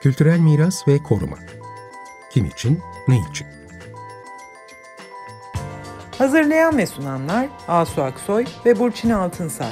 Kültürel miras ve koruma. Kim için, ne için? Hazırlayan ve sunanlar Asu Aksoy ve Burçin Altınsay.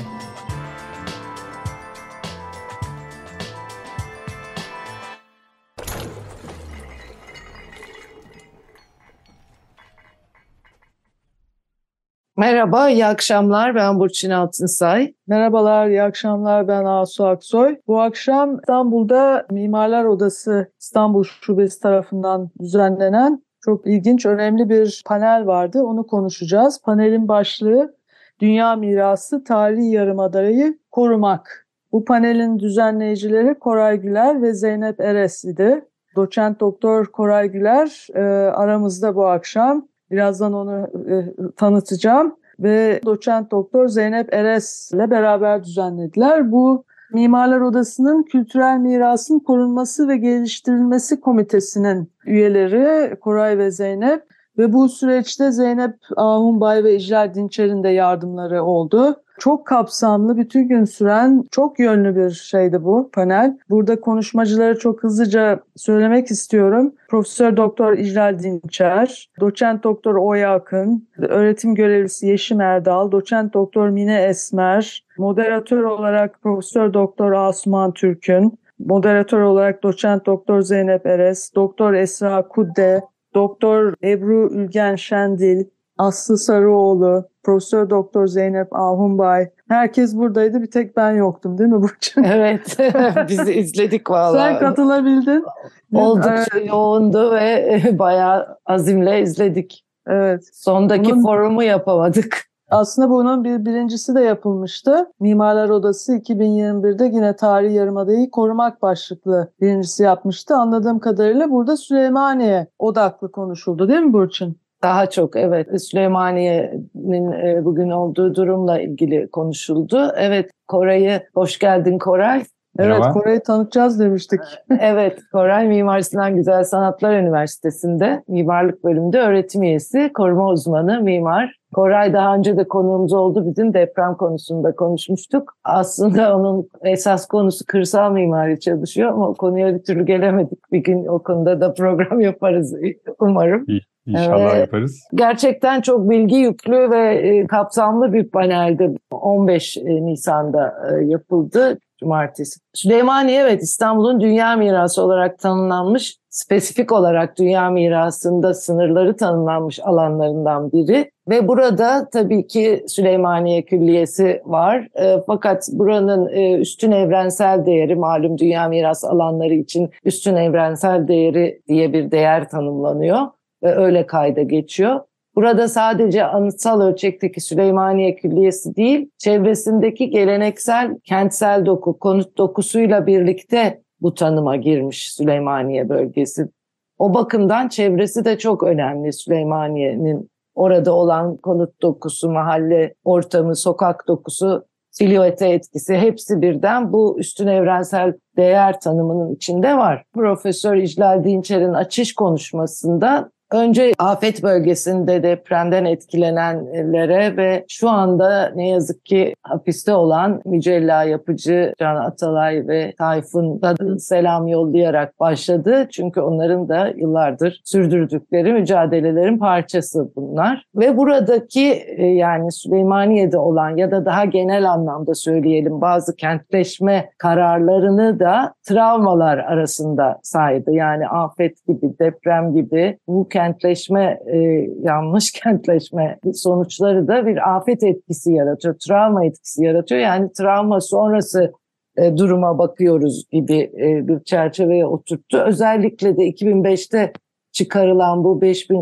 Merhaba, iyi akşamlar. Ben Burçin Altınsay. Merhabalar, iyi akşamlar. Ben Asu Aksoy. Bu akşam İstanbul'da Mimarlar Odası İstanbul Şubesi tarafından düzenlenen çok ilginç, önemli bir panel vardı. Onu konuşacağız. Panelin başlığı Dünya Mirası Tarihi Yarımada'yı Korumak. Bu panelin düzenleyicileri Koray Güler ve Zeynep Eres idi. Doçent Doktor Koray Güler aramızda bu akşam. Birazdan onu tanıtacağım ve Doçent Doktor Zeynep Eres ile beraber düzenlediler. Bu Mimarlar Odası'nın Kültürel Mirasın Korunması ve Geliştirilmesi Komitesi'nin üyeleri Koray ve Zeynep ve bu süreçte Zeynep Ahunbay ve İclal Dinçer'in de yardımları oldu. Çok kapsamlı, bütün gün süren, çok yönlü bir şeydi bu panel. Burada konuşmacıları çok hızlıca söylemek istiyorum. Profesör Doktor İclal Dinçer, Doçent Doktor Oya Akın, öğretim görevlisi Yeşim Erdal, Doçent Doktor Mine Esmer, moderatör olarak Profesör Doktor Asuman Türkün, moderatör olarak Doçent Doktor Zeynep Eres, Doktor Esra Kudde, Doktor Ebru Ülgen Şendil, Aslı Sarıoğlu, Profesör Doktor Zeynep Ahunbay. Herkes buradaydı, bir tek ben yoktum değil mi Burçin? Evet, bizi izledik vallahi. Sen katılabildin. Oldukça yoğundu ve bayağı azimle izledik. Evet. Sondaki forumu yapamadık. Aslında bunun birincisi de yapılmıştı. Mimarlar Odası 2021'de yine Tarihi Yarımada'yı korumak başlıklı birincisi yapmıştı. Anladığım kadarıyla burada Süleymaniye odaklı konuşuldu değil mi Burçin? Daha çok evet, Süleymaniye'nin bugün olduğu durumla ilgili konuşuldu. Evet, Koray'ı, hoş geldin Koray. Evet, Koray'ı tanıtacağız demiştik. Evet, Koray Mimar Sinan Güzel Sanatlar Üniversitesi'nde mimarlık bölümünde öğretim üyesi, koruma uzmanı, mimar. Koray daha önce de konuğumuz oldu. Bizim deprem konusunda konuşmuştuk. Aslında onun esas konusu kırsal mimari çalışıyor ama o konuya bir türlü gelemedik. Bir gün o konuda da program yaparız umarım. İnşallah yaparız. Gerçekten çok bilgi yüklü ve kapsamlı bir paneldi. 15 Nisan'da yapıldı. Cumartesi. Süleymaniye evet İstanbul'un dünya mirası olarak tanımlanmış, spesifik olarak dünya mirasında sınırları tanımlanmış alanlarından biri. Ve burada tabii ki Süleymaniye Külliyesi var. Fakat buranın üstün evrensel değeri, malum dünya mirası alanları için üstün evrensel değeri diye bir değer tanımlanıyor ve öyle kayda geçiyor. Burada sadece anıtsal ölçekteki Süleymaniye Külliyesi değil, çevresindeki geleneksel kentsel doku, konut dokusuyla birlikte bu tanıma girmiş Süleymaniye bölgesi. O bakımdan çevresi de çok önemli Süleymaniye'nin. Orada olan konut dokusu, mahalle ortamı, sokak dokusu, silüete etkisi hepsi birden bu üstün evrensel değer tanımının içinde var. Profesör İclal Dinçer'in açış konuşmasında önce afet bölgesinde depremden etkilenenlere ve şu anda ne yazık ki hapiste olan Mücella Yapıcı, Can Atalay ve Tayfun'a selam yollayarak başladı. Çünkü onların da yıllardır sürdürdükleri mücadelelerin parçası bunlar. Ve buradaki yani Süleymaniye'de olan ya da daha genel anlamda söyleyelim bazı kentleşme kararlarını da travmalar arasında saydı. Yani afet gibi, deprem gibi bu kentleşme, yanlış kentleşme sonuçları da bir afet etkisi yaratıyor, travma etkisi yaratıyor. Yani travma sonrası duruma bakıyoruz gibi bir çerçeveye oturttu. Özellikle de 2005'te çıkarılan bu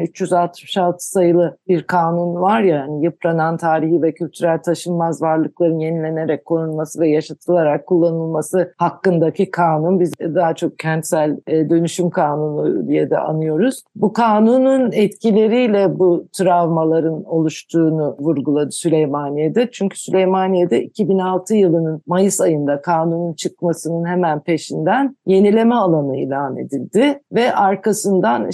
5366 sayılı bir kanun var ya, yani yıpranan tarihi ve kültürel taşınmaz varlıkların yenilenerek korunması ve yaşatılarak kullanılması hakkındaki kanun. Biz daha çok kentsel dönüşüm kanunu diye de anıyoruz. Bu kanunun etkileriyle bu travmaların oluştuğunu vurguladı Süleymaniye'de. Çünkü Süleymaniye'de 2006 yılının Mayıs ayında kanunun çıkmasının hemen peşinden yenileme alanı ilan edildi ve arkasından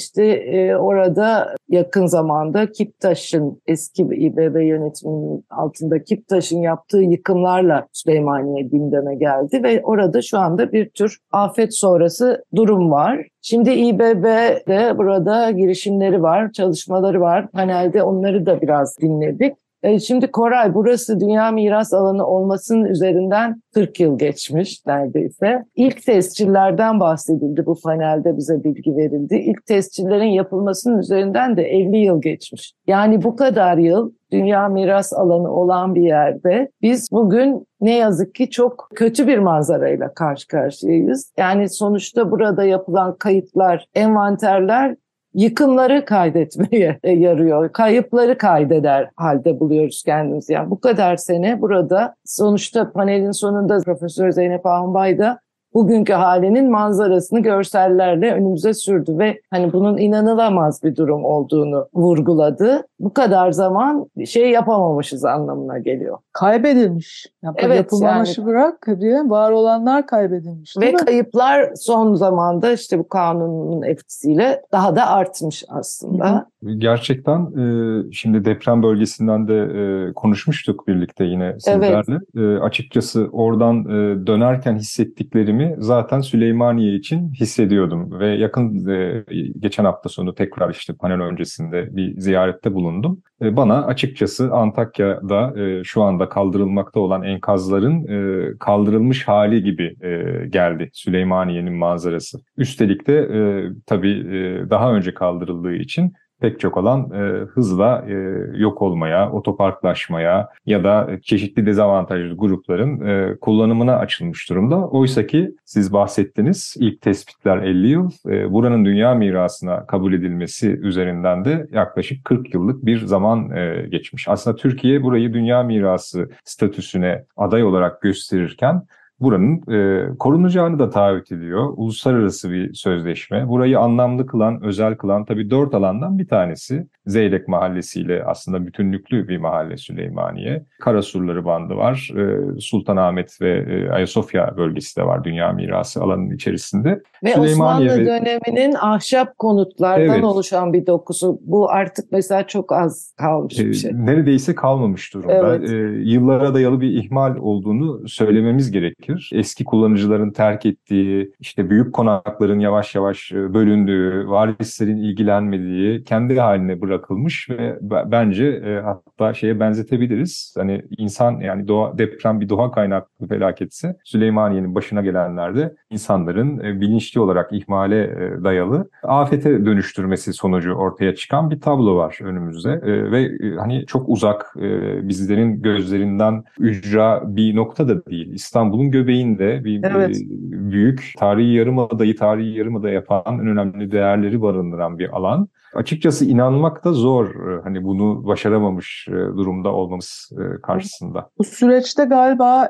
işte orada yakın zamanda Kiptaş'ın, eski İBB yönetiminin altında Kiptaş'ın yaptığı yıkımlarla Süleymaniye gündeme geldi ve orada şu anda bir tür afet sonrası durum var. Şimdi İBB'de burada girişimleri var, çalışmaları var. Panelde onları da biraz dinledik. Şimdi Koray, burası Dünya Miras Alanı olmasının üzerinden 40 yıl geçmiş neredeyse. İlk tescillerden bahsedildi, bu panelde bize bilgi verildi. İlk tescillerin yapılmasının üzerinden de 50 yıl geçmiş. Yani bu kadar yıl Dünya Miras Alanı olan bir yerde biz bugün ne yazık ki çok kötü bir manzarayla karşı karşıyayız. Yani sonuçta burada yapılan kayıtlar, envanterler yıkımları kaydetmeye yarıyor. Kayıpları kaydeder halde buluyoruz kendimizi. Yani bu kadar sene burada sonuçta panelin sonunda Profesör Zeynep Ahunbay da bugünkü halinin manzarasını görsellerle önümüze sürdü ve hani bunun inanılamaz bir durum olduğunu vurguladı. Bu kadar zaman şey yapamamışız anlamına geliyor. Kaybedilmiş. Evet, yapılmamışı yani bırak diye var olanlar kaybedilmiş. Ve kayıplar son zamanda işte bu kanunun etkisiyle daha da artmış aslında. Gerçekten şimdi deprem bölgesinden de konuşmuştuk birlikte yine sizlerle. Evet. Açıkçası oradan dönerken hissettiklerimi zaten Süleymaniye için hissediyordum. Ve yakın geçen hafta sonu tekrar işte panel öncesinde bir ziyarette bulundum. Bana açıkçası Antakya'da şu anda kaldırılmakta olan enkazların kaldırılmış hali gibi geldi Süleymaniye'nin manzarası. Üstelik de tabii daha önce kaldırıldığı için pek çok alan hızla yok olmaya, otoparklaşmaya ya da çeşitli dezavantajlı grupların kullanımına açılmış durumda. Oysa ki siz bahsettiniz, ilk tespitler 50 yıl, buranın dünya mirasına kabul edilmesi üzerinden de yaklaşık 40 yıllık bir zaman geçmiş. Aslında Türkiye burayı dünya mirası statüsüne aday olarak gösterirken buranın korunacağını da taahhüt ediyor. Uluslararası bir sözleşme. Burayı anlamlı kılan, özel kılan tabii 4 alandan bir tanesi. Zeyrek Mahallesi ile aslında bütünlüklü bir mahalle Süleymaniye. Karasurları bandı var. Sultanahmet ve Ayasofya bölgesi de var dünya mirası alanının içerisinde. Ve Osmanlı döneminin ahşap konutlardan oluşan bir dokusu. Bu artık mesela çok az kalmış bir şey. Neredeyse kalmamış durumda. Evet. Yıllara dayalı bir ihmal olduğunu söylememiz gerekir. Eski kullanıcıların terk ettiği, işte büyük konakların yavaş yavaş bölündüğü, varislerin ilgilenmediği, kendi haline bırakılmış ve bence hatta şeye benzetebiliriz. Hani insan, yani deprem bir doğa kaynaklı felaketse Süleymaniye'nin başına gelenlerde insanların bilinçli olarak ihmale dayalı afete dönüştürmesi sonucu ortaya çıkan bir tablo var önümüzde. Ve hani çok uzak, bizlerin gözlerinden ücra bir nokta da değil. İstanbul'un göbeğinde bir büyük tarihi yarımada yapan en önemli değerleri barındıran bir alan. Açıkçası inanmak da zor, hani bunu başaramamış durumda olmamız karşısında. Bu süreçte galiba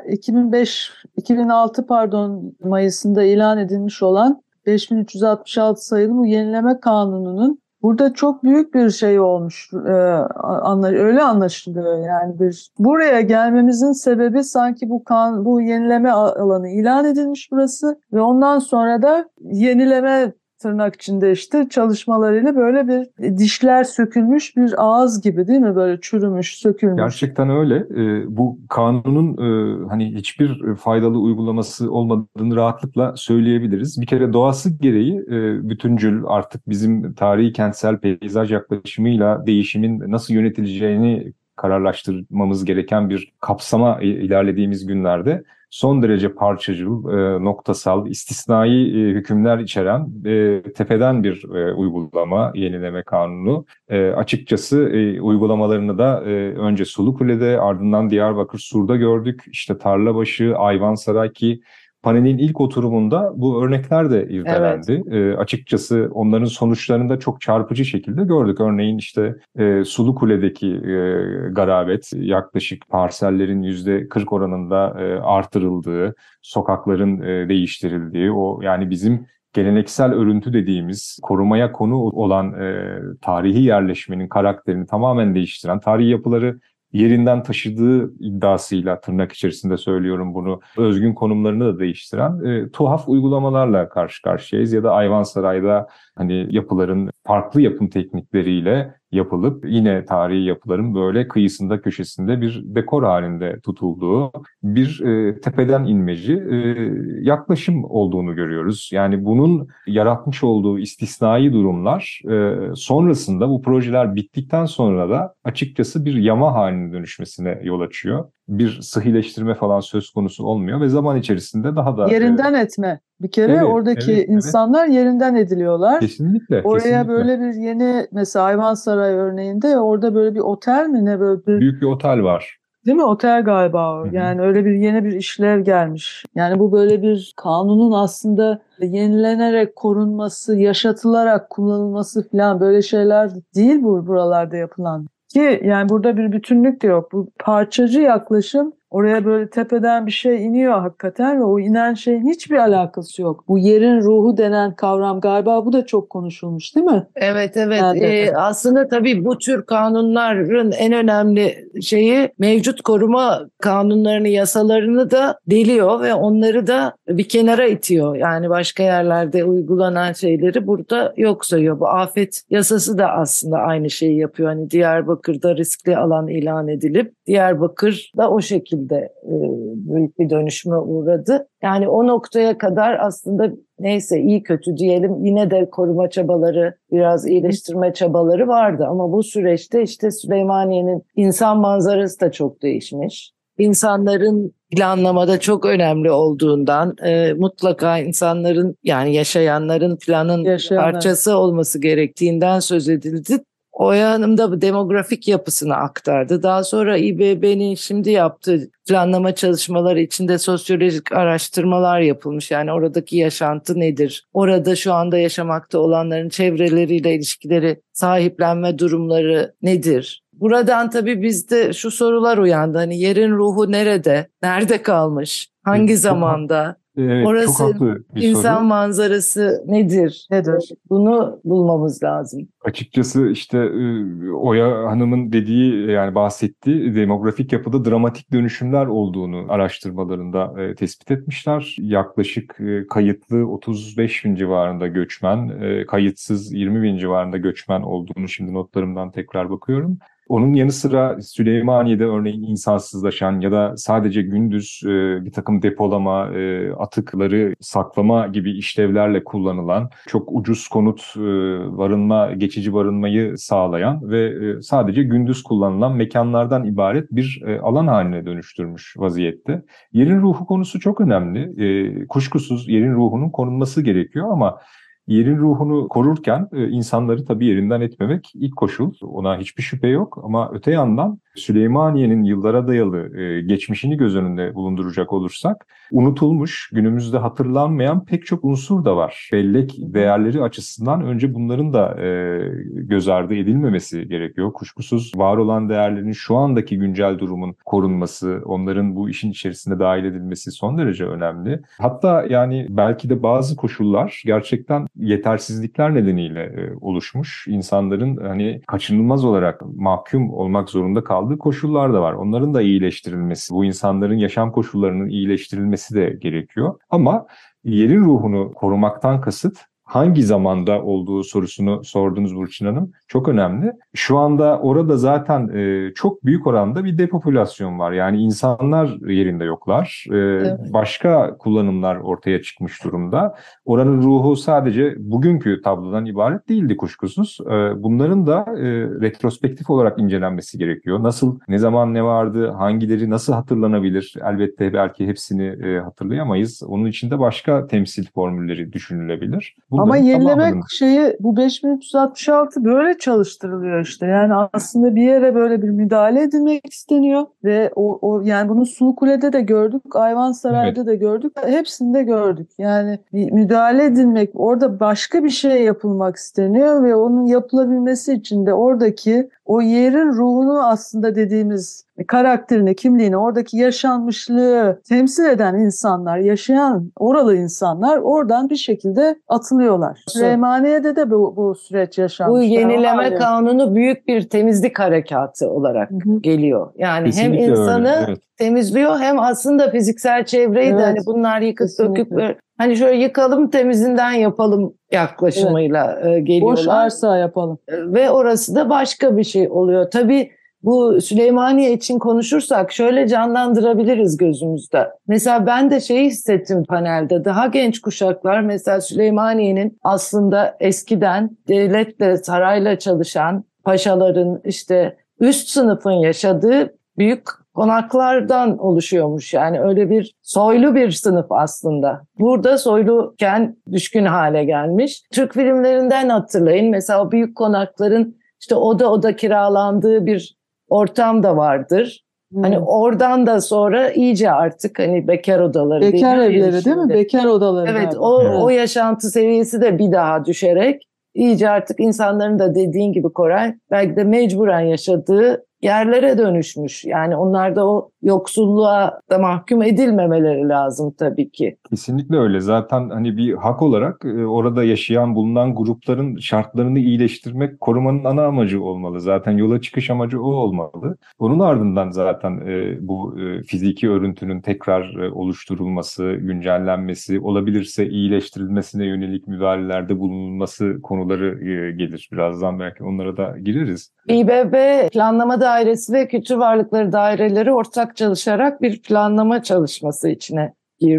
2006 Mayıs'ında ilan edilmiş olan 5366 sayılı bu yenileme kanununun burada çok büyük bir şey olmuş, öyle anlaşılıyor. Yani buraya gelmemizin sebebi sanki bu yenileme alanı ilan edilmiş burası ve ondan sonra da yenileme tırnak içinde işte çalışmalarıyla böyle bir dişler sökülmüş bir ağız gibi, değil mi? Böyle çürümüş, sökülmüş. Gerçekten öyle. Bu kanunun hani hiçbir faydalı uygulaması olmadığını rahatlıkla söyleyebiliriz. Bir kere doğası gereği bütüncül, artık bizim tarihi kentsel peyzaj yaklaşımıyla değişimin nasıl yönetileceğini kararlaştırmamız gereken bir kapsama ilerlediğimiz günlerde son derece parçacıl, noktasal, istisnai hükümler içeren tepeden bir uygulama, yenileme kanunu. Açıkçası uygulamalarını da önce Sulukule'de, ardından Diyarbakır Sur'da gördük. İşte Tarlabaşı, Ayvansaray, ki panelin ilk oturumunda bu örnekler de irdelendi. Evet. Açıkçası onların sonuçlarını da çok çarpıcı şekilde gördük. Örneğin işte Sulukule'deki garabet, yaklaşık parsellerin %40 oranında artırıldığı, sokakların değiştirildiği, o yani bizim geleneksel örüntü dediğimiz, korumaya konu olan tarihi yerleşmenin karakterini tamamen değiştiren, tarihi yapıları yerinden taşıdığı iddiasıyla, tırnak içerisinde söylüyorum bunu, özgün konumlarını da değiştiren tuhaf uygulamalarla karşı karşıyayız. Ya da Ayvansaray'da hani yapıların farklı yapım teknikleriyle yapılıp yine tarihi yapıların böyle kıyısında köşesinde bir dekor halinde tutulduğu bir tepeden inmeci yaklaşım olduğunu görüyoruz. Yani bunun yaratmış olduğu istisnai durumlar sonrasında bu projeler bittikten sonra da açıkçası bir yama haline dönüşmesine yol açıyor. Bir sıhhileştirme falan söz konusu olmuyor ve zaman içerisinde daha da... Yerinden etme. Bir kere Evet, oradaki evet. insanlar yerinden ediliyorlar. Kesinlikle. Oraya kesinlikle. böyle bir yeni, mesela Ayvansaray örneğinde orada böyle bir otel mi ne, böyle bir, Büyük bir otel var. değil mi? Otel galiba o. Hı hı. Yani öyle bir yeni bir işlev gelmiş. Yani bu böyle bir kanunun aslında yenilenerek korunması, yaşatılarak kullanılması falan, böyle şeyler değil bu buralarda yapılan. Ki yani burada bir bütünlük de yok. Bu parçacı yaklaşım, oraya böyle tepeden bir şey iniyor hakikaten ve o inen şeyin hiçbir alakası yok. Bu yerin ruhu denen kavram, galiba bu da çok konuşulmuş değil mi? Evet. Yani Aslında tabii bu tür kanunların en önemli şeyi mevcut koruma kanunlarını, yasalarını da deliyor ve onları da bir kenara itiyor. Yani başka yerlerde uygulanan şeyleri burada yok sayıyor. Bu afet yasası da aslında aynı şeyi yapıyor. Hani Diyarbakır'da riskli alan ilan edilip Diyarbakır da o şekilde büyük bir dönüşüme uğradı. Yani o noktaya kadar aslında neyse, iyi kötü diyelim, yine de koruma çabaları, biraz iyileştirme çabaları vardı. Ama bu süreçte işte Süleymaniye'nin insan manzarası da çok değişmiş. İnsanların planlamada çok önemli olduğundan, mutlaka insanların, yani yaşayanların planın parçası olması gerektiğinden söz edildi. Oya Hanım da demografik yapısını aktardı. Daha sonra İBB'nin şimdi yaptığı planlama çalışmaları içinde sosyolojik araştırmalar yapılmış. Yani oradaki yaşantı nedir? Orada şu anda yaşamakta olanların çevreleriyle ilişkileri, sahiplenme durumları nedir? Buradan tabii bizde şu sorular uyandı. Hani yerin ruhu nerede? Nerede kalmış? Hangi zamanda? Evet, Orası, çok haklı bir insan soru. manzarası nedir? Bunu bulmamız lazım. Açıkçası işte Oya Hanım'ın dediği, yani bahsettiği demografik yapıda dramatik dönüşümler olduğunu araştırmalarında tespit etmişler. Yaklaşık kayıtlı 35 bin civarında göçmen, kayıtsız 20 bin civarında göçmen olduğunu şimdi notlarımdan tekrar bakıyorum. Onun yanı sıra Süleymaniye'de örneğin insansızlaşan ya da sadece gündüz bir takım depolama, atıkları saklama gibi işlevlerle kullanılan, çok ucuz konut, geçici barınmayı sağlayan ve sadece gündüz kullanılan mekanlardan ibaret bir alan haline dönüştürmüş vaziyette. Yerin ruhu konusu çok önemli. Kuşkusuz yerin ruhunun korunması gerekiyor ama yerin ruhunu korurken insanları tabii yerinden etmemek ilk koşul. Ona hiçbir şüphe yok ama öte yandan Süleymaniye'nin yıllara dayalı geçmişini göz önünde bulunduracak olursak unutulmuş, günümüzde hatırlanmayan pek çok unsur da var. Bellek değerleri açısından önce bunların da göz ardı edilmemesi gerekiyor. Kuşkusuz var olan değerlerin şu andaki güncel durumun korunması, onların bu işin içerisine dahil edilmesi son derece önemli. Hatta yani belki de bazı koşullar gerçekten yetersizlikler nedeniyle oluşmuş. İnsanların hani kaçınılmaz olarak mahkum olmak zorunda kaldığı koşullar da var. Onların da iyileştirilmesi, bu insanların yaşam koşullarının iyileştirilmesi de gerekiyor. Ama yerin ruhunu korumaktan kasıt hangi zamanda olduğu sorusunu sordunuz Burçin Hanım. Çok önemli. Şu anda orada zaten çok büyük oranda bir depopülasyon var. Yani insanlar yerinde yoklar. Evet. Başka kullanımlar ortaya çıkmış durumda. Oranın ruhu sadece bugünkü tablodan ibaret değildi kuşkusuz. Bunların da retrospektif olarak incelenmesi gerekiyor. Nasıl, ne zaman ne vardı, hangileri nasıl hatırlanabilir? Elbette belki hepsini hatırlayamayız. Onun için de başka temsil formülleri düşünülebilir. Ama yenilemek tamamının... şeyi, bu 5366 böyle çalıştırılıyor işte. Yani aslında bir yere böyle bir müdahale edilmek isteniyor ve yani bunu Sulukule'de de gördük, Ayvansaray'da da gördük, hepsinde gördük. Yani bir müdahale edilmek, orada başka bir şey yapılmak isteniyor ve onun yapılabilmesi için de oradaki o yerin ruhunu aslında dediğimiz karakterini, kimliğini, oradaki yaşanmışlığı temsil eden insanlar, yaşayan oralı insanlar oradan bir şekilde atılıyorlar. Süleymaniye'de de bu süreç yaşanmış. Bu yenileme kanunu büyük bir temizlik harekatı olarak geliyor. Yani Kesinlikle hem insanı öyle, evet. temizliyor hem aslında fiziksel çevreyi de hani bunlar yıkıp döküp hani şöyle yıkalım temizinden yapalım yaklaşımıyla geliyorlar. Boş arsa yapalım. Ve orası da başka bir şey oluyor. Tabii bu Süleymaniye için konuşursak şöyle canlandırabiliriz gözümüzde. Mesela ben de şeyi hissettim panelde. Daha genç kuşaklar mesela Süleymaniye'nin aslında eskiden devletle, sarayla çalışan paşaların işte üst sınıfın yaşadığı büyük konaklardan oluşuyormuş. Yani öyle bir soylu bir sınıf aslında. Burada soyluyken düşkün hale gelmiş. Türk filmlerinden hatırlayın. Mesela o büyük konakların işte oda kiralandığı bir ortam da vardır. Hani oradan da sonra iyice artık hani bekar odaları. Bekar evleri değil mi? Bekar odaları. Evet, o yaşantı seviyesi de bir daha düşerek iyice artık insanların da dediğin gibi Koray belki de mecburen yaşadığı yerlere dönüşmüş. Yani onlar da o yoksulluğa da mahkum edilmemeleri lazım tabii ki. Kesinlikle öyle. Zaten hani bir hak olarak orada yaşayan bulunan grupların şartlarını iyileştirmek korumanın ana amacı olmalı. Zaten yola çıkış amacı o olmalı. Onun ardından zaten bu fiziki örüntünün tekrar oluşturulması, güncellenmesi, olabilirse iyileştirilmesine yönelik müdahalelerde bulunulması konuları gelir. Birazdan belki onlara da gireriz. İBB Planlama Dairesi ve Kültür Varlıkları Daireleri ortak çalışarak bir planlama çalışması içine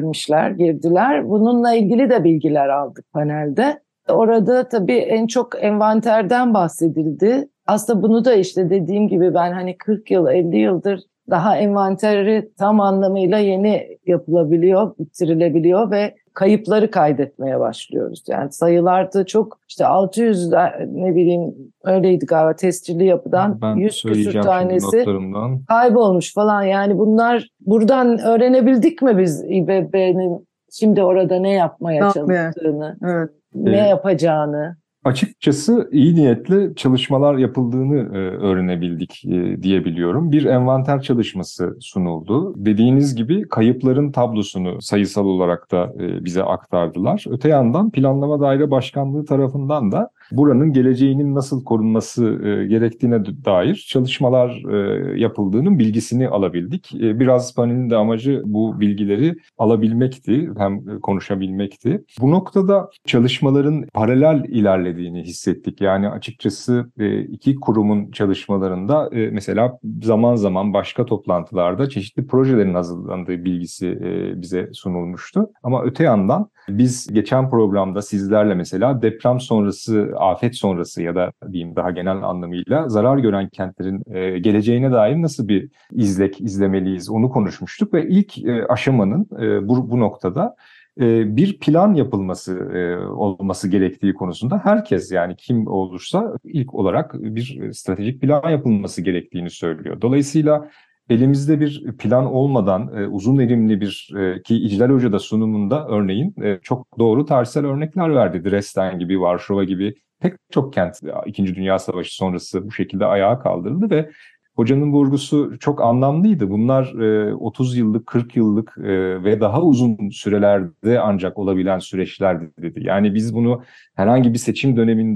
girdiler. Bununla ilgili de bilgiler aldık panelde. Orada tabii en çok envanterden bahsedildi. Aslında bunu da işte dediğim gibi ben hani 40 yıl, 50 yıldır daha envanteri tam anlamıyla yeni yapılabiliyor, bitirilebiliyor ve kayıpları kaydetmeye başlıyoruz. Yani sayılarda çok işte 600 ne bileyim öyleydi galiba tescilli yapıdan ben 100 küsur tanesi kaybolmuş falan. Yani bunlar buradan öğrenebildik mi biz İBB'nin şimdi orada ne yapmaya çalıştığını, ne yapacağını? Açıkçası iyi niyetle çalışmalar yapıldığını öğrenebildik diyebiliyorum. Bir envanter çalışması sunuldu. Dediğiniz gibi kayıpların tablosunu sayısal olarak da bize aktardılar. Öte yandan Planlama Daire Başkanlığı tarafından da buranın geleceğinin nasıl korunması gerektiğine dair çalışmalar yapıldığının bilgisini alabildik. Biraz panelin de amacı bu bilgileri alabilmekti, hem konuşabilmekti. Bu noktada çalışmaların paralel ilerlediğini hissettik. Yani açıkçası iki kurumun çalışmalarında mesela zaman zaman başka toplantılarda çeşitli projelerin hazırlandığı bilgisi bize sunulmuştu. Ama öte yandan biz geçen programda sizlerle mesela deprem sonrası, afet sonrası ya da diyeyim daha genel anlamıyla zarar gören kentlerin geleceğine dair nasıl bir izlemeliyiz onu konuşmuştuk ve ilk aşamanın bu noktada bir plan yapılması olması gerektiği konusunda herkes yani kim olursa ilk olarak bir stratejik plan yapılması gerektiğini söylüyor. Dolayısıyla elimizde bir plan olmadan uzun erimli bir ki İclal Hoca da sunumunda örneğin çok doğru tarihsel örnekler verdi. Dresden gibi, Varşova gibi pek çok kent İkinci Dünya Savaşı sonrası bu şekilde ayağa kaldırıldı ve hocanın vurgusu çok anlamlıydı. Bunlar 30 yıllık, 40 yıllık ve daha uzun sürelerde ancak olabilen süreçlerdi dedi. Yani biz bunu herhangi bir seçim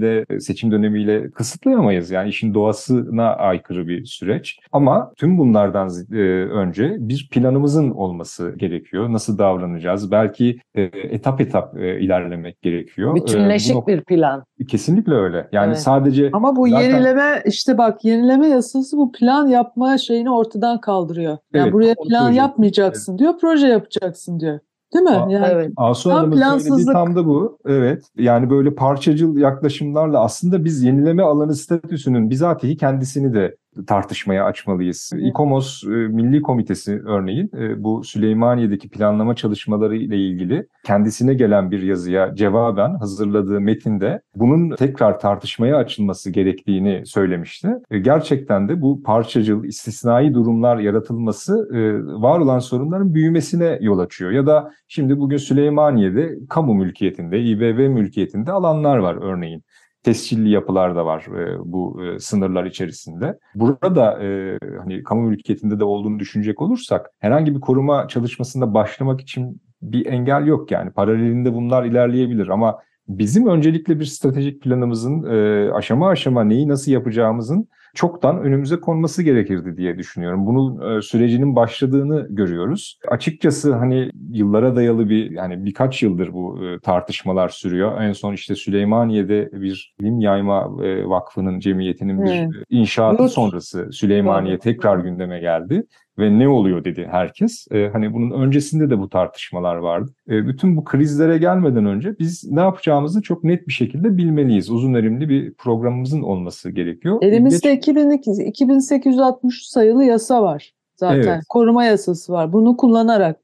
dönemiyle kısıtlayamayız. Yani işin doğasına aykırı bir süreç. Ama tüm bunlardan önce bir planımızın olması gerekiyor. Nasıl davranacağız? Belki etap ilerlemek gerekiyor. Bütünleşik bir plan. Kesinlikle öyle. Yani sadece... Ama bu yenileme işte bak yenileme yasası bu plan yapma şeyini ortadan kaldırıyor. Yani buraya plan yapmayacaksın diyor, proje yapacaksın diyor. Değil mi? Yani Asu Hanım'ın söylediği tam da bu. Evet. Yani böyle parçacıl yaklaşımlarla aslında biz yenileme alanı statüsünün bizatihi kendisini de tartışmaya açmalıyız. İKOMOS Milli Komitesi örneğin bu Süleymaniye'deki planlama çalışmaları ile ilgili kendisine gelen bir yazıya cevaben hazırladığı metinde bunun tekrar tartışmaya açılması gerektiğini söylemişti. Gerçekten de bu parçacıl, istisnai durumlar yaratılması var olan sorunların büyümesine yol açıyor. Ya da şimdi bugün Süleymaniye'de kamu mülkiyetinde, İBB mülkiyetinde alanlar var örneğin. tescilli yapılar da var bu sınırlar içerisinde. Burada hani kamu mülkiyetinde de olduğunu düşünecek olursak herhangi bir koruma çalışmasında başlamak için bir engel yok yani. Paralelinde bunlar ilerleyebilir ama bizim öncelikle bir stratejik planımızın aşama aşama neyi nasıl yapacağımızın çoktan önümüze konması gerekirdi diye düşünüyorum. Bunun sürecinin başladığını görüyoruz. Açıkçası hani yıllara dayalı yani birkaç yıldır bu tartışmalar sürüyor. En son işte Süleymaniye'de bir ilim yayma vakfının, cemiyetinin bir inşaatı sonrası Süleymaniye tekrar gündeme geldi. Ve ne oluyor dedi herkes. Hani bunun öncesinde de bu tartışmalar vardı. Bütün bu krizlere gelmeden önce biz ne yapacağımızı çok net bir şekilde bilmeliyiz. Uzun ömürlü bir programımızın olması gerekiyor. Elimizde 2860 sayılı yasa var. Zaten Evet. koruma yasası var. Bunu kullanarak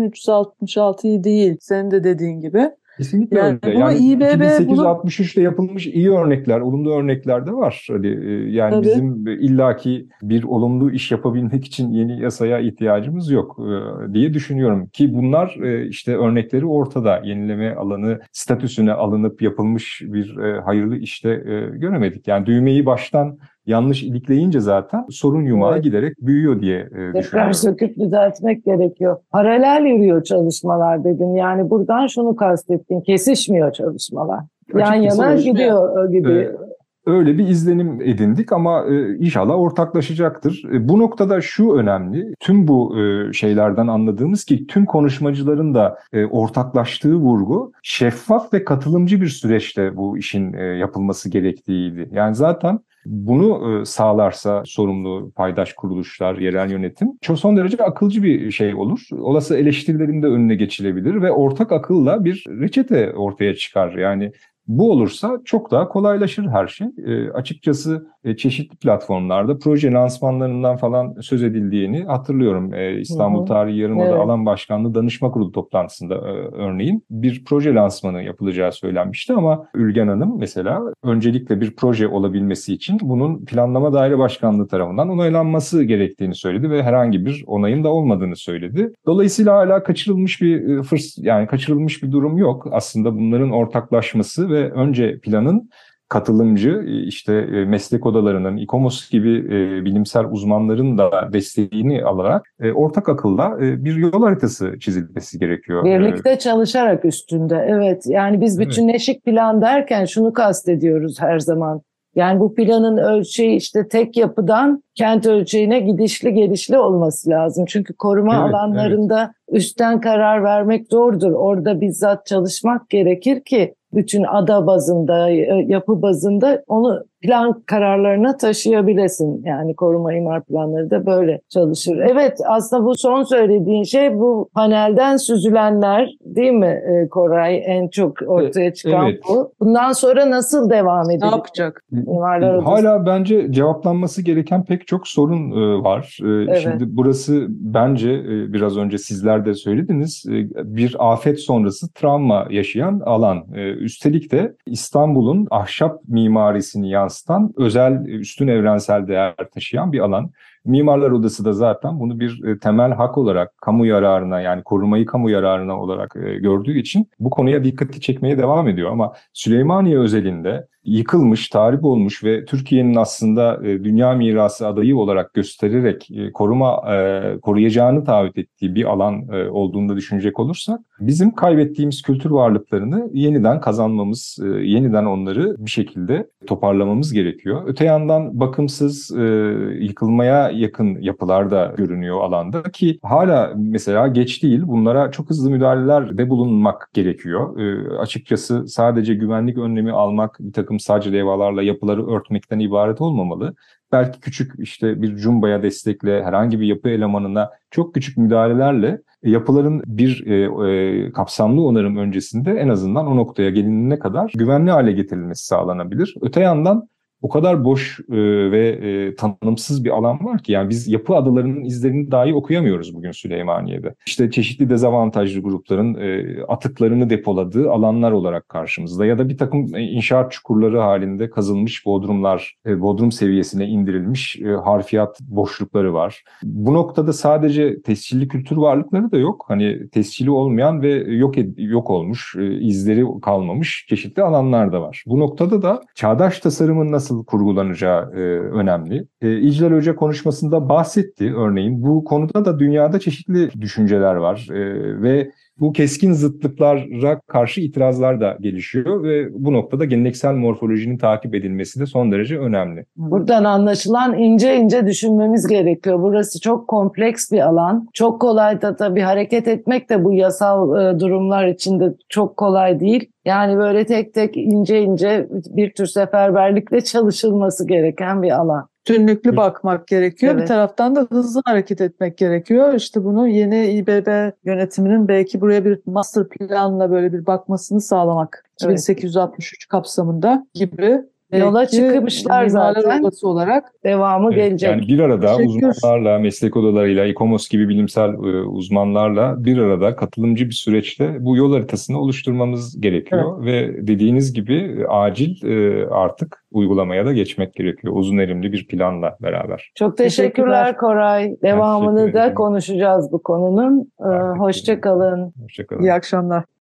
5366'yı değil, senin de dediğin gibi. Kesinlikle Yani öyle. bunu Yani İBB 2863'te yapılmış iyi örnekler, olumlu örnekler de var. Hani yani Tabii. bizim illaki bir olumlu iş yapabilmek için yeni yasaya ihtiyacımız yok diye düşünüyorum ki bunlar işte örnekleri ortada. Yenileme alanı statüsüne alınıp yapılmış bir hayırlı işte göremedik. Yani düğmeyi baştan yanlış ilikleyince zaten sorun yumağı giderek büyüyor diye Tekrar düşünüyorum. söküp düzeltmek gerekiyor. Paralel yürüyor çalışmalar dedim. Yani buradan şunu kastettim. Kesişmiyor çalışmalar. Yan Açıkçası yana öyle. gidiyor gibi. Öyle bir izlenim edindik ama inşallah ortaklaşacaktır. Bu noktada şu önemli, tüm bu şeylerden anladığımız ki tüm konuşmacıların da ortaklaştığı vurgu şeffaf ve katılımcı bir süreçte bu işin yapılması gerektiğiydi. Yani zaten bunu sağlarsa sorumlu paydaş kuruluşlar, yerel yönetim çok son derece akılcı bir şey olur. Olası eleştirilerin de önüne geçilebilir ve ortak akılla bir reçete ortaya çıkar. Yani bu olursa çok daha kolaylaşır her şey. Açıkçası çeşitli platformlarda proje lansmanlarından falan söz edildiğini hatırlıyorum. İstanbul Tarihi Yarımada Alan Başkanlığı Danışma Kurulu toplantısında örneğin bir proje lansmanı yapılacağı söylenmişti ama Ülgen Hanım mesela öncelikle bir proje olabilmesi için bunun Planlama Daire Başkanlığı tarafından onaylanması gerektiğini söyledi ve herhangi bir onayın da olmadığını söyledi. Dolayısıyla hala kaçırılmış bir kaçırılmış bir durum yok. Aslında bunların ortaklaşması ve önce planın katılımcı işte meslek odalarının, İKOMOS gibi bilimsel uzmanların da desteğini alarak ortak akılla bir yol haritası çizilmesi gerekiyor. Birlikte çalışarak üstünde. Evet, yani biz bütünleşik plan derken şunu kastediyoruz her zaman. Yani bu planın ölçeği işte tek yapıdan kent ölçeğine gidişli gelişli olması lazım. Çünkü koruma alanlarında üstten karar vermek zordur. Orada bizzat çalışmak gerekir ki bütün ada bazında, yapı bazında onu plan kararlarına taşıyabilesin. Yani koruma imar planları da böyle çalışır. Evet, aslında bu son söylediğin şey bu panelden süzülenler değil mi Koray? En çok ortaya çıkan bu. Bundan sonra nasıl devam edecek? Ne yapacak? Hala bence cevaplanması gereken pek çok sorun var. Şimdi burası bence biraz önce sizler de söylediniz bir afet sonrası travma yaşayan alan. Üstelik de İstanbul'un ahşap mimarisini yansıtan özel üstün evrensel değer taşıyan bir alan. Mimarlar Odası da zaten bunu bir temel hak olarak kamu yararına yani korumayı kamu yararına olarak gördüğü için bu konuya dikkati çekmeye devam ediyor. Ama Süleymaniye özelinde yıkılmış, tahrip olmuş ve Türkiye'nin aslında dünya mirası adayı olarak göstererek koruyacağını taahhüt ettiği bir alan olduğunu da düşünecek olursak bizim kaybettiğimiz kültür varlıklarını yeniden kazanmamız, yeniden onları bir şekilde toparlamamız gerekiyor. Öte yandan bakımsız, yıkılmaya yakın yapılar da görünüyor alanda ki hala mesela geç değil bunlara çok hızlı müdahalelerde bulunmak gerekiyor. Açıkçası sadece güvenlik önlemi almak bir takım sadece levhalarla yapıları örtmekten ibaret olmamalı. Belki küçük işte bir cumbaya destekle herhangi bir yapı elemanına çok küçük müdahalelerle yapıların bir kapsamlı onarım öncesinde en azından o noktaya gelinene kadar güvenli hale getirilmesi sağlanabilir. Öte yandan o kadar boş ve tanımsız bir alan var ki, yani biz yapı adalarının izlerini dahi okuyamıyoruz bugün Süleymaniye'de. İşte çeşitli dezavantajlı grupların atıklarını depoladığı alanlar olarak karşımızda, ya da bir takım inşaat çukurları halinde kazılmış bodrumlar, bodrum seviyesine indirilmiş harfiyat boşlukları var. Bu noktada sadece tescilli kültür varlıkları da yok. Hani tescili olmayan ve yok olmuş, izleri kalmamış çeşitli alanlar da var. Bu noktada da çağdaş tasarımın nasıl kurgulanacağı önemli. İclal Hoca konuşmasında bahsetti örneğin. Bu konuda da dünyada çeşitli düşünceler var ve bu keskin zıtlıklara karşı itirazlar da gelişiyor ve bu noktada geleneksel morfolojinin takip edilmesi de son derece önemli. Buradan anlaşılan ince ince düşünmemiz gerekiyor. Burası çok kompleks bir alan. Çok kolay da tabii hareket etmek de bu yasal durumlar içinde çok kolay değil. Yani böyle tek tek ince ince bir tür seferberlikle çalışılması gereken bir alan. Bütünlüklü bakmak gerekiyor. Evet. Bir taraftan da hızlı hareket etmek gerekiyor. İşte bunu yeni İBB yönetiminin belki buraya bir master planla böyle bir bakmasını sağlamak. Evet. 2863 kapsamında gibi. Yola Belki çıkmışlar Mimarlar zaten. Odası olarak. Devamı gelecek. Yani bir arada Teşekkür. uzmanlarla, meslek odalarıyla, İKOMOS gibi bilimsel uzmanlarla bir arada katılımcı bir süreçte bu yol haritasını oluşturmamız gerekiyor. Ve dediğiniz gibi acil artık uygulamaya da geçmek gerekiyor. Uzun erimli bir planla beraber. Çok teşekkürler Koray. Devamını teşekkür da ederim. konuşacağız bu konunun. Hoşça kalın. Hoşça kalın. İyi akşamlar.